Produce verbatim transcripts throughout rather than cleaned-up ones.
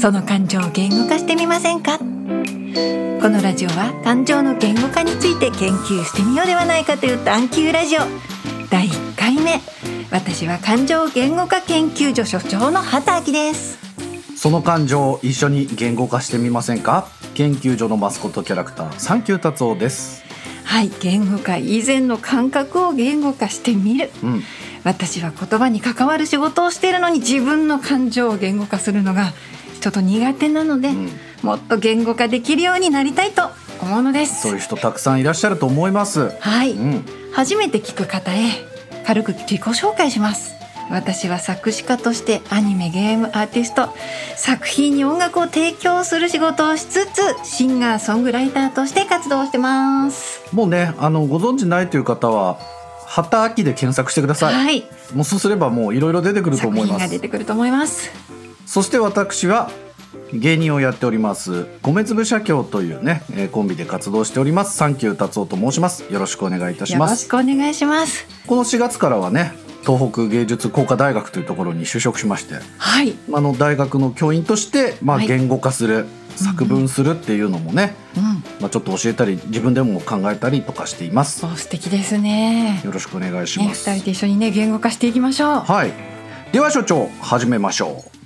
その感情を言語化してみませんか。このラジオは感情の言語化について研究してみようではないかという探究ラジオだいいっかいめ。私は感情言語化研究所所長の畑明です。 その感情を一緒に言語化してみませんか。研究所のマスコットキャラクターサンキュー達夫です。 はい、言語化以前の感覚を言語化してみる、うん、私は言葉に関わる仕事をしているのに自分の感情を言語化するのがちょっと苦手なので、うん、もっと言語化できるようになりたいと思うのです。 そういう人たくさんいらっしゃると思います。 はい、 うん、 初めて聞く方へ軽く自己紹介します。私は作詞家としてアニメ、ゲームアーティスト、作品に音楽を提供する仕事をしつつシンガーソングライターとして活動してます。 もうね、あのご存知ないという方は畑明で検索してください。 はい、 もうそうすればもういろいろ出てくると思います。 作品が出てくると思います。 そして私は芸人をやっております米粒社協というね、えー、コンビで活動しておりますサンキュー達夫と申します。よろしくお願いいたします。 よろしくお願いします。 このしがつからはね、東北芸術工科大学というところに就職しまして、 はい、 あの大学の教員として、まあ、言語化する、はい、作文するっていうのもね、うんうん、まあ、ちょっと教えたり自分でも考えたりとかしています。 そう素敵ですね。 よろしくお願いします、 ね、ふたりで一緒にね言語化していきましょう。 はい、では所長始めましょう。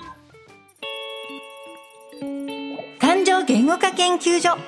感情言語化研究所。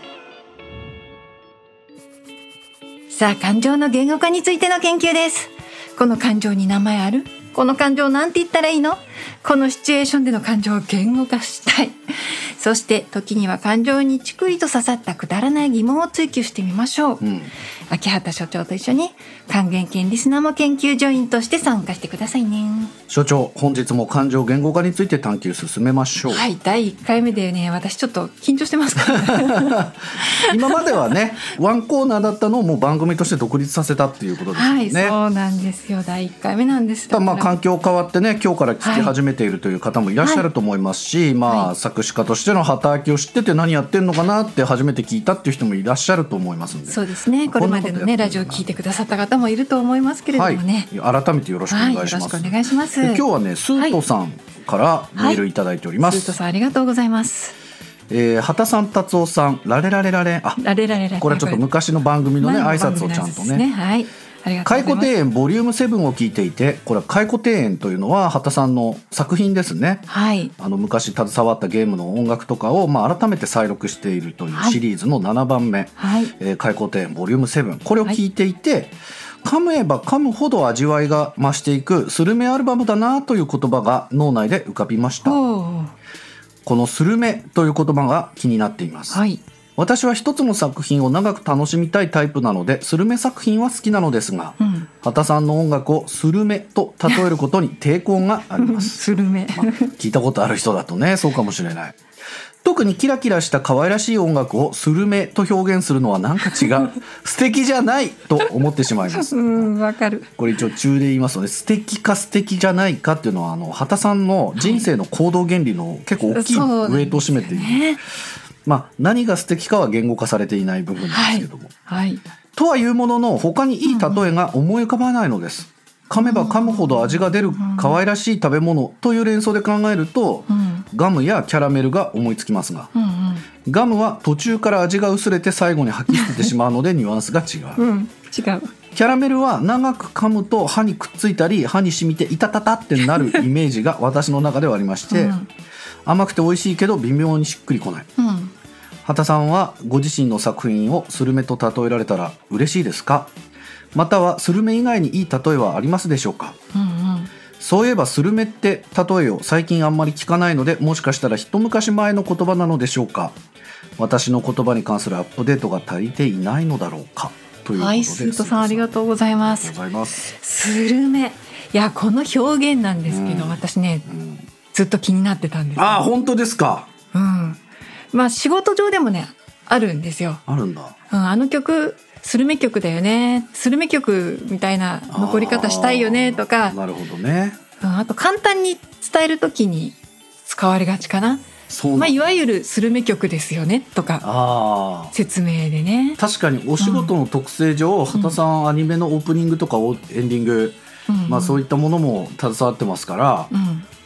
さあ、感情の言語化についての研究です。この感情に名前ある？この感情なんて言ったらいいの？このシチュエーションでの感情を言語化したい。そして時には感情にちくりと刺さったくだらない疑問を追求してみましょう、うん、秋畑所長と一緒に還元研リスナーも研究所員として参加してくださいね。 所長、本日も感情言語化について探究進めましょう。 はい、だいいっかいめでね、私ちょっと緊張してますから今まではねワンコーナーだったのをもう番組として独立させたっていうことですよね。 はい、そうなんですよ。だいいっかいめなんです。 まあ環境変わってね、今日から聞き始めているという方もいらっしゃると思いますし、はい、まあ、はい、作詞家としての畑明を知ってて何やってんのかなって初めて聞いたっていう人もいらっしゃると思いますんで。 そうですね、これまでのねラジオ聞いてくださった方もいると思いますけれどもね、 はい、改めてよろしくお願いします、はい、よろしくお願いします。今日はねスートさんからメールいただいております、はいはい、 スートさんありがとうございます。 えー、畑さん達夫さんラレラレラレ、あ、 ラレラレラレ、 これはちょっと昔の番組のね挨拶をちゃんとね、 はい、 回顧庭園ボリュームセブンを聞いていて、これは回顧庭園というのは畑さんの作品ですね、はい、あの昔携わったゲームの音楽とかを、まあ、改めて再録しているというシリーズのななばんめ、はい、えー、回顧庭園ボリュームセブン、これを聞いていて、はい、噛めば噛むほど味わいが増していくスルメアルバムだなという言葉が脳内で浮かびました。このスルメという言葉が気になっています、はい、私は一つの作品を長く楽しみたいタイプなのでスルメ作品は好きなのですが、うん、畑さんの音楽をスルメと例えることに抵抗がありますスルメ、 まあ、聞いたことある人だとねそうかもしれない。特にキラキラした可愛らしい音楽をスルメと表現するのはなんか違う素敵じゃないと思ってしまいます。 うん、わかる。 これ一応中で言いますとね、素敵か素敵じゃないかっていうのはあの畑さんの人生の行動原理の結構大きいウェイトを占めている、ね、まあ、何が素敵かは言語化されていない部分ですけども、はいはい、とはいうものの他にいい例えが思い浮かばないのです、うん、噛めば噛むほど味が出る可愛らしい食べ物という連想で考えると、うん、ガムやキャラメルが思いつきますが、うんうん、ガムは途中から味が薄れて最後に吐き捨ててしまうのでニュアンスが違う、うん、違う。キャラメルは長く噛むと歯にくっついたり歯に染みてイタタタってなるイメージが私の中ではありまして、うん、甘くて美味しいけど微妙にしっくりこない、うん、畑さんはご自身の作品をスルメと例えられたら嬉しいですか？またはスルメ以外にいい例えはありますでしょうか？うんうん、そういえばスルメって例えを最近あんまり聞かないのでもしかしたら一昔前の言葉なのでしょうか？私の言葉に関するアップデートが足りていないのだろうか、ということで。はい、 スートさんありがとうございます。 ございます。 スルメ、いやこの表現なんですけど、うん、私ね、うん、ずっと気になってたんです。 あ、本当ですか？ うん、まあ仕事上でもねあるんですよ。 あるんだ、 うん、あの曲スルメ曲だよね、スルメ曲みたいな残り方したいよねとか。 なるほどね、 うん、あと簡単に伝えるときに使われがちかな。まあ、いわゆるスルメ曲ですよねとかあ説明でね。 確かにお仕事の特性上、うん、畑さんアニメのオープニングとかエンディング、うん、まあ、そういったものも携わってますから、うん、ま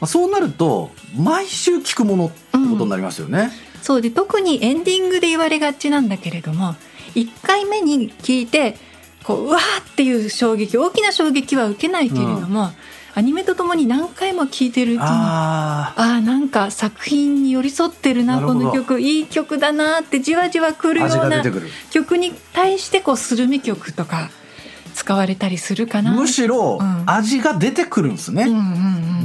あ、そうなると毎週聞くものってことになりますよね、 うん、そうで特にエンディングで言われがちなんだけれども、いっかいめに聞いてこううわーっていう衝撃、大きな衝撃は受けないけれども、うん、アニメとともに何回も聞いてるうちにああなんか作品に寄り添ってるな、この曲いい曲だなってじわじわくるような曲に対してこうスルメ曲とか使われたりするかな。 むしろ味が出てくるんですね、うんうんうん、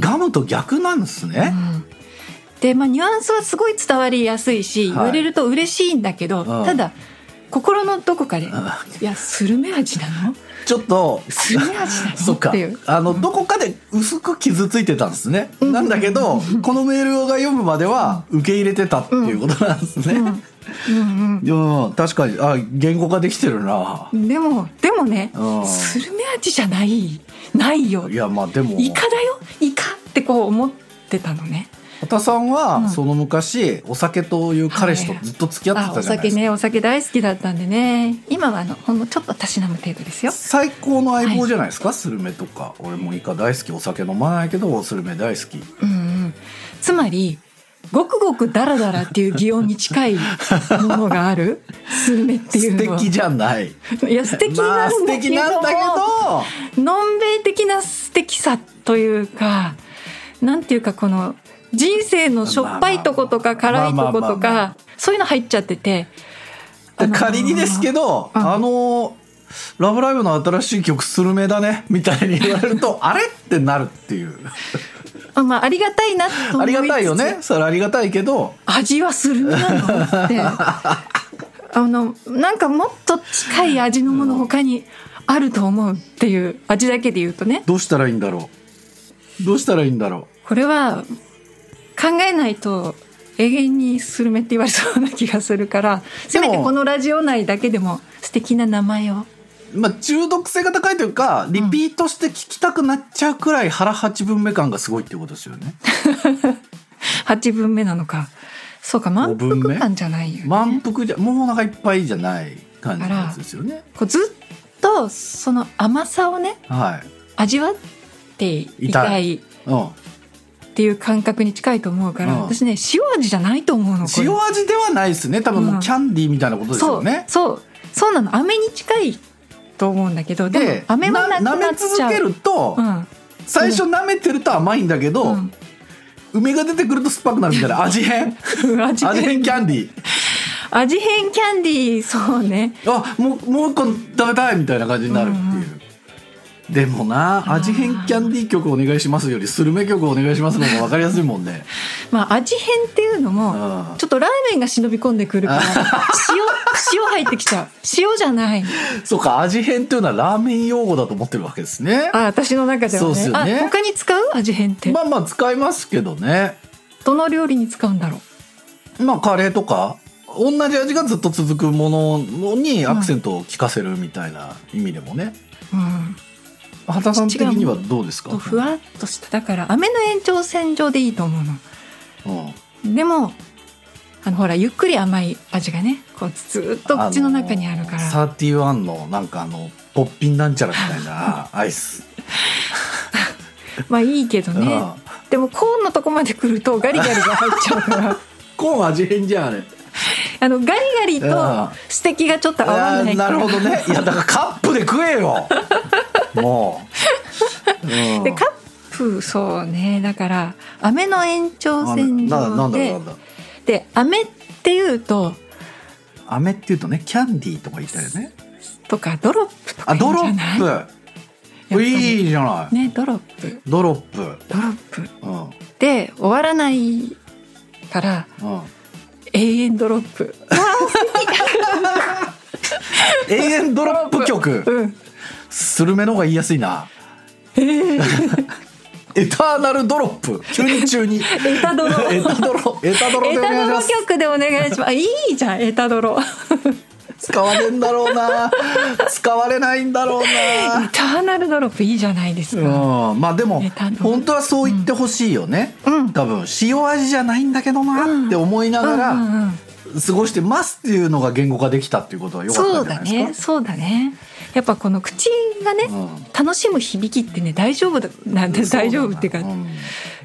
ガムと逆なんですね、うんでまあ、ニュアンスはすごい伝わりやすいし、はい、言われると嬉しいんだけど、うん、ただ心のどこかで、うん、いやスルメ味なのちょっとスルメ味なのそっか、 っていうあの、うん、どこかで薄く傷ついてたんですね、うん、なんだけど、うん、このメールが読むまでは受け入れてたっていうことなんですね、うんうんうんうん、確かにあ言語化できてるな。 でもでもね、うん、スルメ味じゃないないよ。 いやまあでもイカだよイカってこう思ってたのね。 羽田さんは、うん、その昔お酒という彼氏とずっと付き合ってたじゃないですか、はい、お酒ねお酒大好きだったんでね。今はあのほんのちょっとたしなむ程度ですよ。 最高の相棒じゃないですか、はい、スルメとか。俺もイカ大好き、お酒飲まないけどスルメ大好き、 うんうん、つまりごくごくダラダラっていう擬音に近いものがあるスルメっていうのは素敵じゃない。 いや素敵なんだけど、まあ、素敵なんだけどのんべい的な素敵さというか、なんていうかこの人生のしょっぱいとことか辛いとことかそういうの入っちゃってて、 あのー、仮にですけど、うん、あのラブライブの新しい曲スルメだねみたいに言われるとあれってなるっていうあ、まあ、ありがたいなと思いつつ、 ありがたいよね、それありがたいけど味はスルメなのってあのなんかもっと近い味のもの他にあると思うっていう味だけで言うとね。 どうしたらいいんだろうどうしたらいいんだろう。 これは考えないと永遠にスルメって言われそうな気がするから、せめてこのラジオ内だけでも素敵な名前を。 まあ、中毒性が高いというかリピートして聞きたくなっちゃうくらい腹八分目感がすごいっていうことですよねはちぶんめなのか。そうか満腹感じゃないよね。 満腹じゃもうお腹いっぱいじゃない感じのやつですよね。 こうずっとその甘さをね、はい、味わっていたい、うん、っていう感覚に近いと思うから、うん、私ね塩味じゃないと思うの。これ塩味ではないですね。多分もうキャンディーみたいなことですよね、うん、 そうそうそうなの。飴に近いと思うんだけど、でも飴はなくなっちゃう。舐め続けると、うん、最初舐めてると甘いんだけど、うん、梅が出てくると酸っぱくなるみたいな味変味変キャンディー味変キャンディー。そうね。 あもうもう一個食べたいみたいな感じになるっていう、うんうん、でもな味変キャンディー曲お願いしますよりスルメ曲お願いしますの方が分かりやすいもんねまあ味変っていうのもちょっとラーメンが忍び込んでくるから塩, 塩入ってきちゃう。塩じゃない。 そうか味変っていうのはラーメン用語だと思ってるわけですね。 あ私の中では ね, そうですよね。あ他に使う味変って。 まあまあ使いますけどね。 どの料理に使うんだろう。まあカレーとか同じ味がずっと続くものにアクセントを効かせるみたいな意味でもね、うん羽田さん的にはどうですか。 ふわっとしただから飴の延長線上でいいと思うの、うん、でもあのほらゆっくり甘い味がねこうずっと口の中にあるから、 サーティワンのなんかあのポッピンなんちゃらみたいなアイスまあいいけどね、うん、でもコーンのとこまで来るとガリガリが入っちゃうからコーン味変じゃんあれ。 あのガリガリとステキがちょっと合わないから。 なるほどね。いやだからカップで食えよもう、うん、でカップそうねだから飴の延長線上でで飴っていうと飴っていうとねキャンディーとか言ったよねとかドロップとかいいんじゃない。あドロップいいじゃないね。ドロップドロップドロップ、うん、で終わらないから、うん、永遠ドロップ永遠ドロップ曲、うん、スルメの方が言いやすいな、えー、エターナルドロップ急に中にエタドロエタドロエタドロでお願いします。 エタドロ曲でお願いします。いいじゃんエタドロ使われんだろうな使われないんだろうな。 エターナルドロップいいじゃないですか、 うん、まあでも本当はそう言ってほしいよね、うん、多分塩味じゃないんだけどなって思いながら、うんうんうん過ごしてますっていうのが言語化できたっていうことは良かったんじゃないですか。 そうだね、そうだね。やっぱこの口がね、うん、楽しむ響きってね大丈夫だなんて大丈夫っていうか、うん、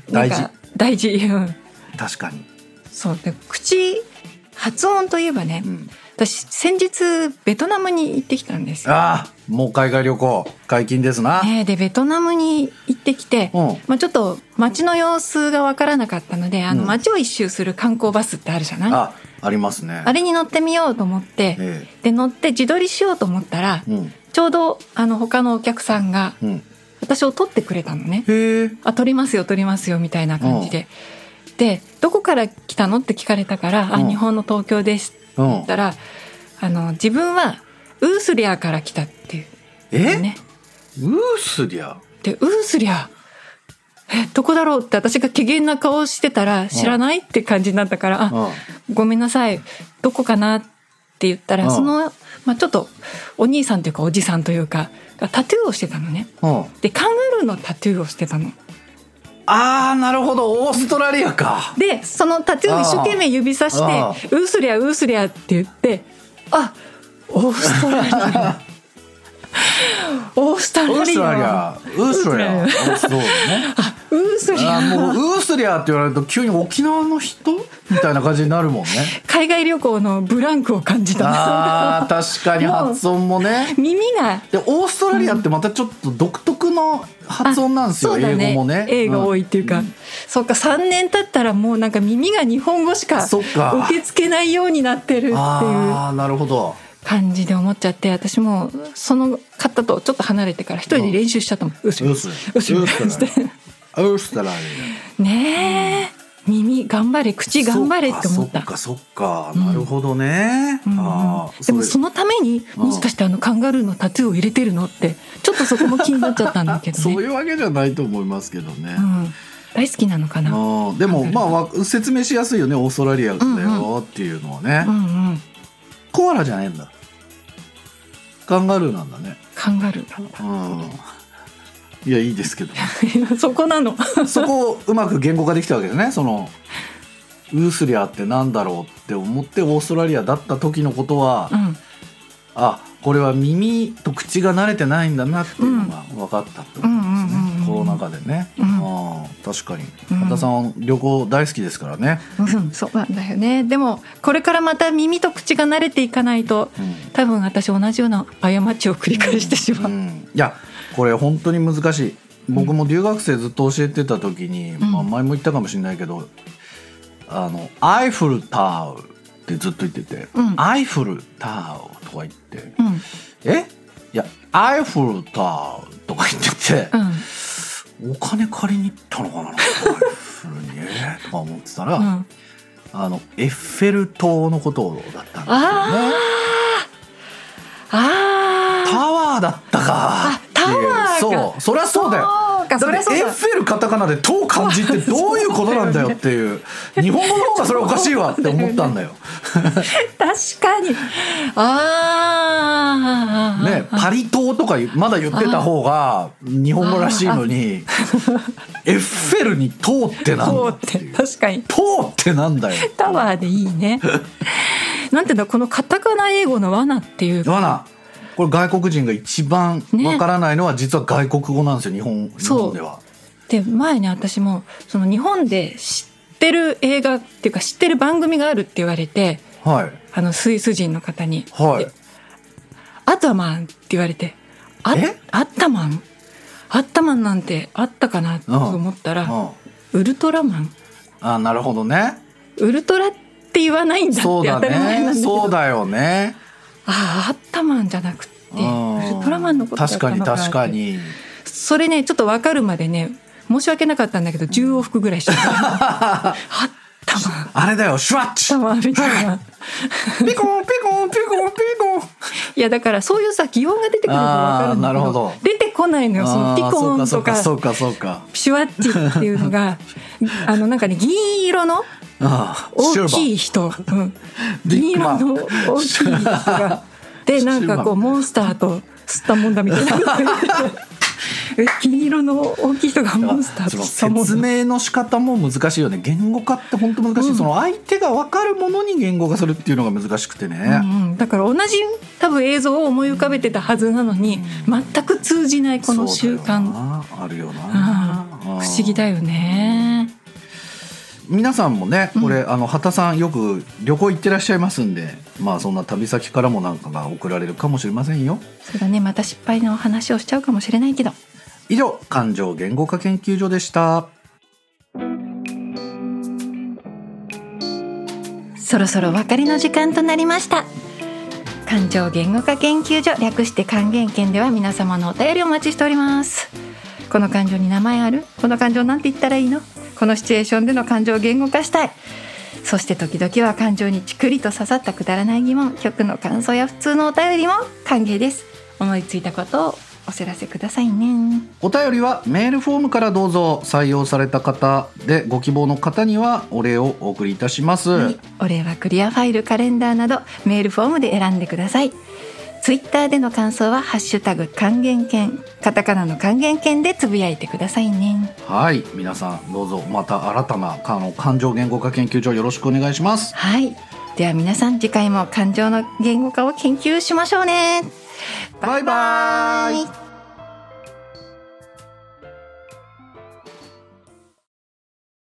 大事大事、うん、 確かに。 そうで口発音といえばね、うん、私先日ベトナムに行ってきたんですよ。 ああ、もう海外旅行解禁ですな、 ね、でベトナムに行ってきて、うんまあ、ちょっと街の様子が分からなかったので、あの街を一周する観光バスってあるじゃない、うん、 あありますね。 あれに乗ってみようと思って、ええ、で乗って自撮りしようと思ったら、うん、ちょうどあの他のお客さんが私を撮ってくれたのね、うん、あ撮りますよ撮りますよみたいな感じで、うん、でどこから来たのって聞かれたから、うん、あ日本の東京ですって言ったら、うん、あの自分はウースリアから来たっていう、ね、 えウースリアでウースリアえどこだろうって私が怪訝な顔してたら知らない、うん、って感じになったから、あごめんなさいどこかなって言ったら、うん、その、まあ、ちょっとお兄さんというかおじさんというかタトゥーをしてたのね、うん、でカンガルーのタトゥーをしてたの。 あーなるほどオーストラリアか。 でそのタトゥーを一生懸命指さしてウースリアウースリアって言ってあオーストラリアオーストラリアウーストラリアウーストラリアそうだね。 あウースリアもうウースリアって言われると急に沖縄の人みたいな感じになるもんね。 海外旅行のブランクを感じた。 あ確かに発音もね耳がでオーストラリアってまたちょっと独特の発音なんですよ、うんね、英語もね A が多いっていうか、うん、そっかさんねん経ったらもうなんか耳が日本語しか受け付けないようになってるっていうあなるほど感じで思っちゃって、私もその方とちょっと離れてから一人で練習しちゃったもん。うすうすうすうすねえ耳頑張れ口頑張れって思った。 そっかそっかなるほどね、うん、 あでもそのためにもしかしてあのカンガルーのタトゥーを入れてるのってちょっとそこも気になっちゃったんだけどねそういうわけじゃないと思いますけどね、 うん、大好きなのかな。 あでもまあ説明しやすいよねオーストラリアだよっていうのはね、うんうん、コアラじゃないんだカンガルーなんだね。 カンガルーなんだ、 うん、いやいいですけどそこなのそこをうまく言語化できたわけですね。そのウースリアってなんだろうって思ってオーストラリアだった時のことは、うん、あこれは耳と口が慣れてないんだなっていうのが分かったってことですね、コロナ禍でね、うん、あ確かに羽田さん旅行大好きですからね、 うん、そうなんだよね。でもこれからまた耳と口が慣れていかないと、うん、多分私同じような過ちを繰り返してしまう、うんうん、 いやこれ本当に難しい。僕も留学生ずっと教えてた時に、うんまあ、前も言ったかもしれないけどあのアイフルタワーってずっと言ってて、うん、アイフルタワーとか言って、うん、えいやアイフルタワーとか言ってて、うん、お金借りに行ったのかなアイフルにえとか思ってたら、うん、あのエッフェル塔のことだったんですよね。ああタワーだったかタワーかそうそりゃそうだよ。だってエッフェルカタカナで塔漢字ってどういうことなんだよっていう日本語の方がそれおかしいわって思ったんだよ確かにあねパリ島とかまだ言ってた方が日本語らしいのにエッフェルに塔ってなんだっていう。 確かに塔ってなんだよタワーでいいねなんていうんだこのカタカナ英語の罠っていう罠これ外国人が一番わからないのは実は外国語なんですよ、ね、日本、日本では。 で前に私もその日本で知ってる映画っていうか知ってる番組があるって言われて、はい、あのスイス人の方に、はい、アッタマンって言われてあアッタマンアッタマンなんてあったかなと思ったら、うんうん、ウルトラマン。あなるほどね。 ウルトラって言わないんだって当たり前なんだけどそうだよね。 ああアッタマンじゃなくてウルトラマンのことだったのかなって。 確かに確かにそれねちょっと分かるまでね申し訳なかったんだけどじゅう往復ぐらいしちゃったあったマンあれだよシュワッチタマンみたいなピコンピコンピコンピコンいやだからそういうさ擬音が出てくるのが分かるんだけ ど, なるほど出てこないのよ。そのピコンとかそうかそうかシュワッチっていうのがあのなんかね銀色の大きい人、うん、銀色の大きい人がでなんかこうモンスターと吸ったもんだみたいなえ金色の大きい人がモンスターと吸ったもんだ。 説明の仕方も難しいよね。言語化って本当難しい、うん、その相手が分かるものに言語化するっていうのが難しくてね、うんうん、だから同じ多分映像を思い浮かべてたはずなのに、うん、全く通じないこの習慣あるよな、 うん、不思議だよね。 皆さんもねこれ、うん、あの畑さんよく旅行行ってらっしゃいますんで、まあそんな旅先からもなんかが送られるかもしれませんよ。 そうだね、また失敗の話をしちゃうかもしれないけど。 以上、感情言語化研究所でした。 そろそろお別れの時間となりました。感情言語化研究所、略して還元研では皆様のお便りをお待ちしております。この感情に名前ある？この感情なんて言ったらいいの？このシチュエーションでの感情を言語化したい。そして時々は感情にちくりと刺さったくだらない疑問、曲の感想や普通のお便りも歓迎です。思いついたことをお知らせくださいね。 お便りはメールフォームからどうぞ。採用された方でご希望の方にはお礼をお送りいたします、はい、 お礼はクリアファイル、カレンダーなどメールフォームで選んでください。ツイッターでの感想はハッシュタグ還元研、カタカナの還元研でつぶやいてくださいね。 はい、皆さんどうぞまた新たなあの感情言語化研究所よろしくお願いします。 はい、では皆さん次回も感情の言語化を研究しましょうね。 バイバイ。